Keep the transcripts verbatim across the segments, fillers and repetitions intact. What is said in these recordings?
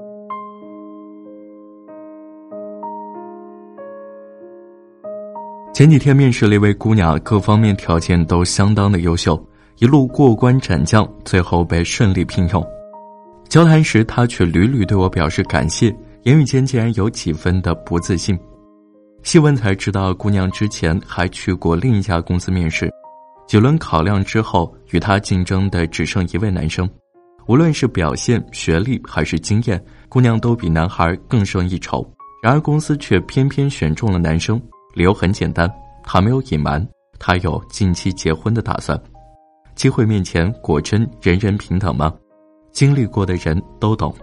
前几天面试了一位姑娘，各方面条件都相当的优秀，一路过关斩将，最后被顺利聘用。交谈时她却屡屡对我表示感谢，言语间竟然有几分的不自信。细问才知道，姑娘之前还去过另一家公司面试，几轮考量之后，与她竞争的只剩一位男生。无论是表现、学历还是经验，姑娘都比男孩更胜一筹。然而公司却偏偏选中了男生，理由很简单，他没有隐瞒，他有近期结婚的打算。机会面前，果真人人平等吗？经历过的人都懂。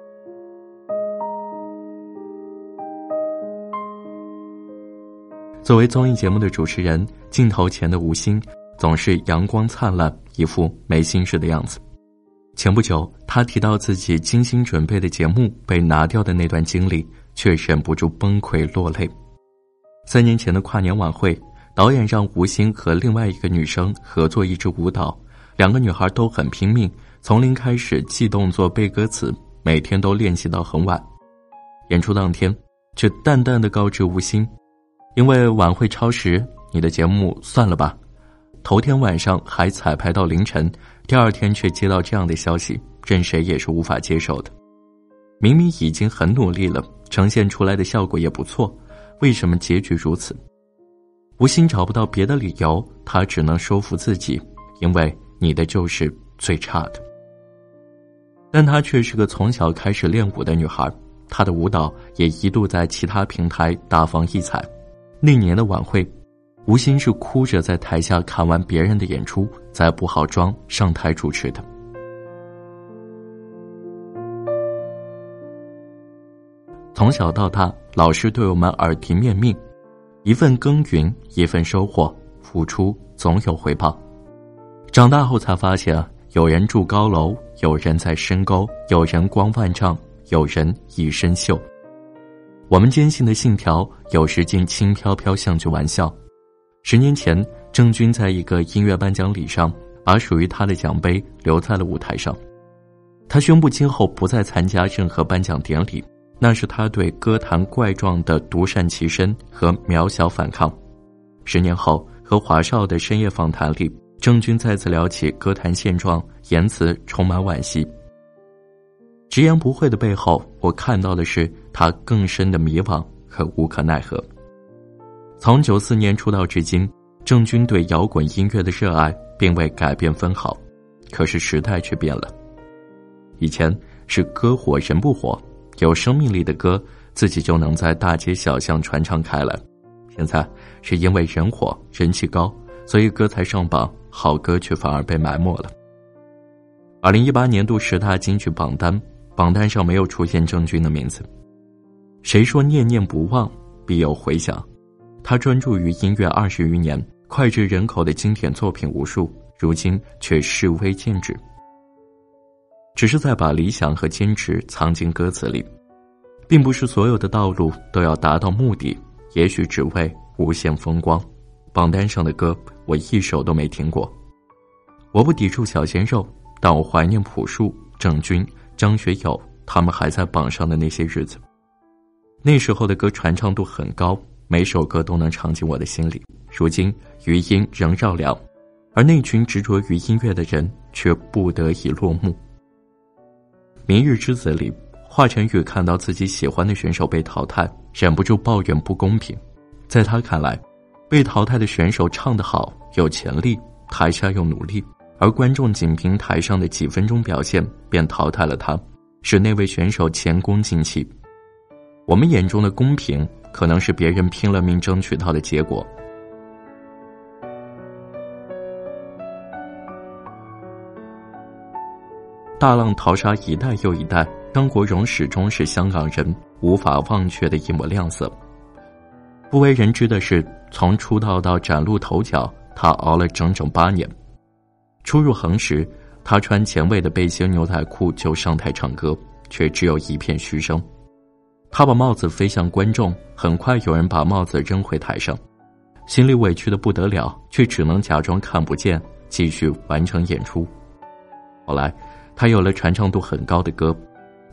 作为综艺节目的主持人，镜头前的吴昕总是阳光灿烂，一副没心事的样子。前不久，他提到自己精心准备的节目被拿掉的那段经历，却忍不住崩溃落泪。三年前的跨年晚会，导演让吴昕和另外一个女生合作一支舞蹈，两个女孩都很拼命，从零开始记动作背歌词，每天都练习到很晚。演出当天，却淡淡地告知吴昕，因为晚会超时，你的节目算了吧。头天晚上还彩排到凌晨，第二天却接到这样的消息，任谁也是无法接受的。明明已经很努力了，呈现出来的效果也不错，为什么结局如此？吴昕找不到别的理由，他只能说服自己，因为你的就是最差的。但她却是个从小开始练舞的女孩，她的舞蹈也一度在其他平台大放异彩。那年的晚会，吴昕是哭着在台下看完别人的演出，才补好妆上台主持的。从小到大，老师对我们耳提面命，一份耕耘一份收获，付出总有回报。长大后才发现，有人住高楼，有人在深沟，有人光万丈，有人一身锈。我们坚信的信条，有时竟轻飘飘像句玩笑。十年前，郑钧在一个音乐颁奖礼上，把属于他的奖杯留在了舞台上。他宣布今后不再参加任何颁奖典礼，那是他对歌坛怪状的独善其身和渺小反抗。十年后，和华少的深夜访谈里，郑钧再次聊起歌坛现状，言辞充满惋惜。直言不讳的背后，我看到的是他更深的迷惘和无可奈何。从九四年出道至今，郑钧对摇滚音乐的热爱并未改变分毫，可是时代却变了。以前是歌火人不火，有生命力的歌自己就能在大街小巷传唱开来，现在是因为人火人气高，所以歌才上榜，好歌却反而被埋没了。二零一八年度十大金曲榜单，榜单上没有出现郑钧的名字。谁说念念不忘必有回响？他专注于音乐二十余年，脍炙人口的经典作品无数，如今却视微见止。只是在把理想和坚持藏进歌词里，并不是所有的道路都要达到目的，也许只为无限风光。榜单上的歌我一首都没听过。我不抵触小鲜肉，但我怀念朴树、郑钧、张学友他们还在榜上的那些日子。那时候的歌传唱度很高，每首歌都能唱进我的心里。如今余音仍绕梁，而那群执着于音乐的人却不得已落幕。明日之子里，华晨宇看到自己喜欢的选手被淘汰，忍不住抱怨不公平。在他看来，被淘汰的选手唱得好，有潜力，台下又努力，而观众仅凭台上的几分钟表现便淘汰了他，使那位选手前功尽弃。我们眼中的公平，可能是别人拼了命争取到的结果。大浪淘沙一代又一代，张国荣始终是香港人无法忘却的一抹亮色。不为人知的是，从出道到崭露头角，他熬了整整八年。初入行时，他穿前卫的背心牛仔裤就上台唱歌，却只有一片嘘声。他把帽子飞向观众，很快有人把帽子扔回台上，心里委屈的不得了，却只能假装看不见，继续完成演出。后来他有了传唱度很高的歌，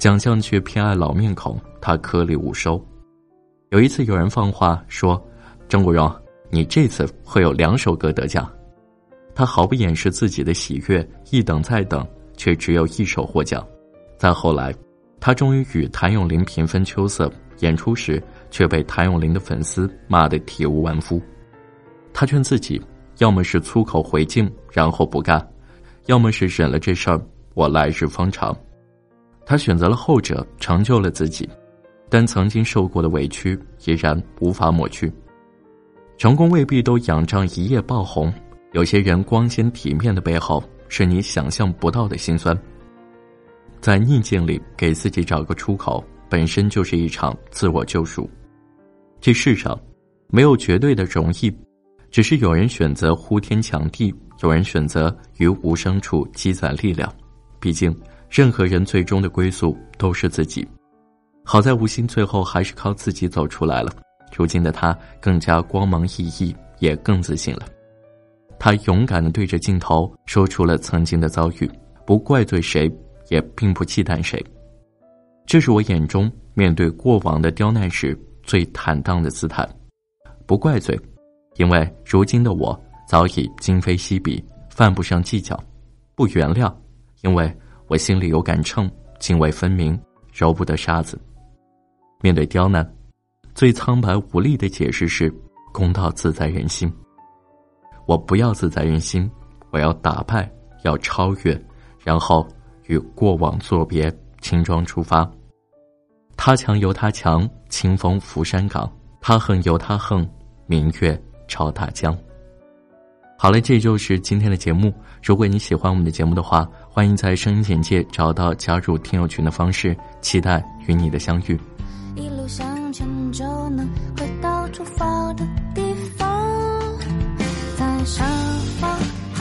蒋相却偏爱老面孔，他颗粒无收。有一次有人放话说，张国荣，你这次会有两首歌得奖。他毫不掩饰自己的喜悦，一等再等，却只有一首获奖。再后来，他终于与谭咏麟平分秋色，演出时却被谭咏麟的粉丝骂得体无完肤。他劝自己，要么是粗口回敬然后不干，要么是忍了这事儿，我来日方长。他选择了后者，成就了自己，但曾经受过的委屈依然无法抹去。成功未必都仰仗一夜爆红，有些人光鲜体面的背后，是你想象不到的辛酸。在逆境里给自己找个出口，本身就是一场自我救赎。这世上没有绝对的容易，只是有人选择呼天抢地，有人选择于无声处积攒力量。毕竟任何人最终的归宿都是自己。好在吴昕最后还是靠自己走出来了，如今的他更加光芒熠熠，也更自信了。他勇敢地对着镜头说出了曾经的遭遇，不怪罪谁，也并不忌惮谁。这是我眼中面对过往的刁难时最坦荡的姿态。不怪罪，因为如今的我早已今非昔比，犯不上计较。不原谅，因为我心里有杆秤，泾渭分明，揉不得沙子。面对刁难，最苍白无力的解释是公道自在人心。我不要自在人心，我要打败，要超越，然后与过往作别，轻装出发。他强由他强，清风拂山岗；他横由他横，明月照大江。好了，这就是今天的节目。如果你喜欢我们的节目的话，欢迎在声音简介找到加入听友群的方式，期待与你的相遇。 一路向前就能回到出发的地方，在沙发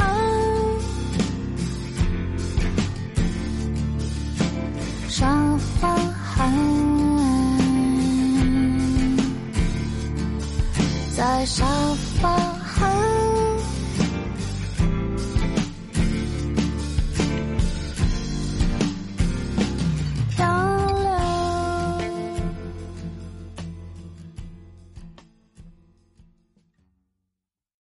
沙发在沙发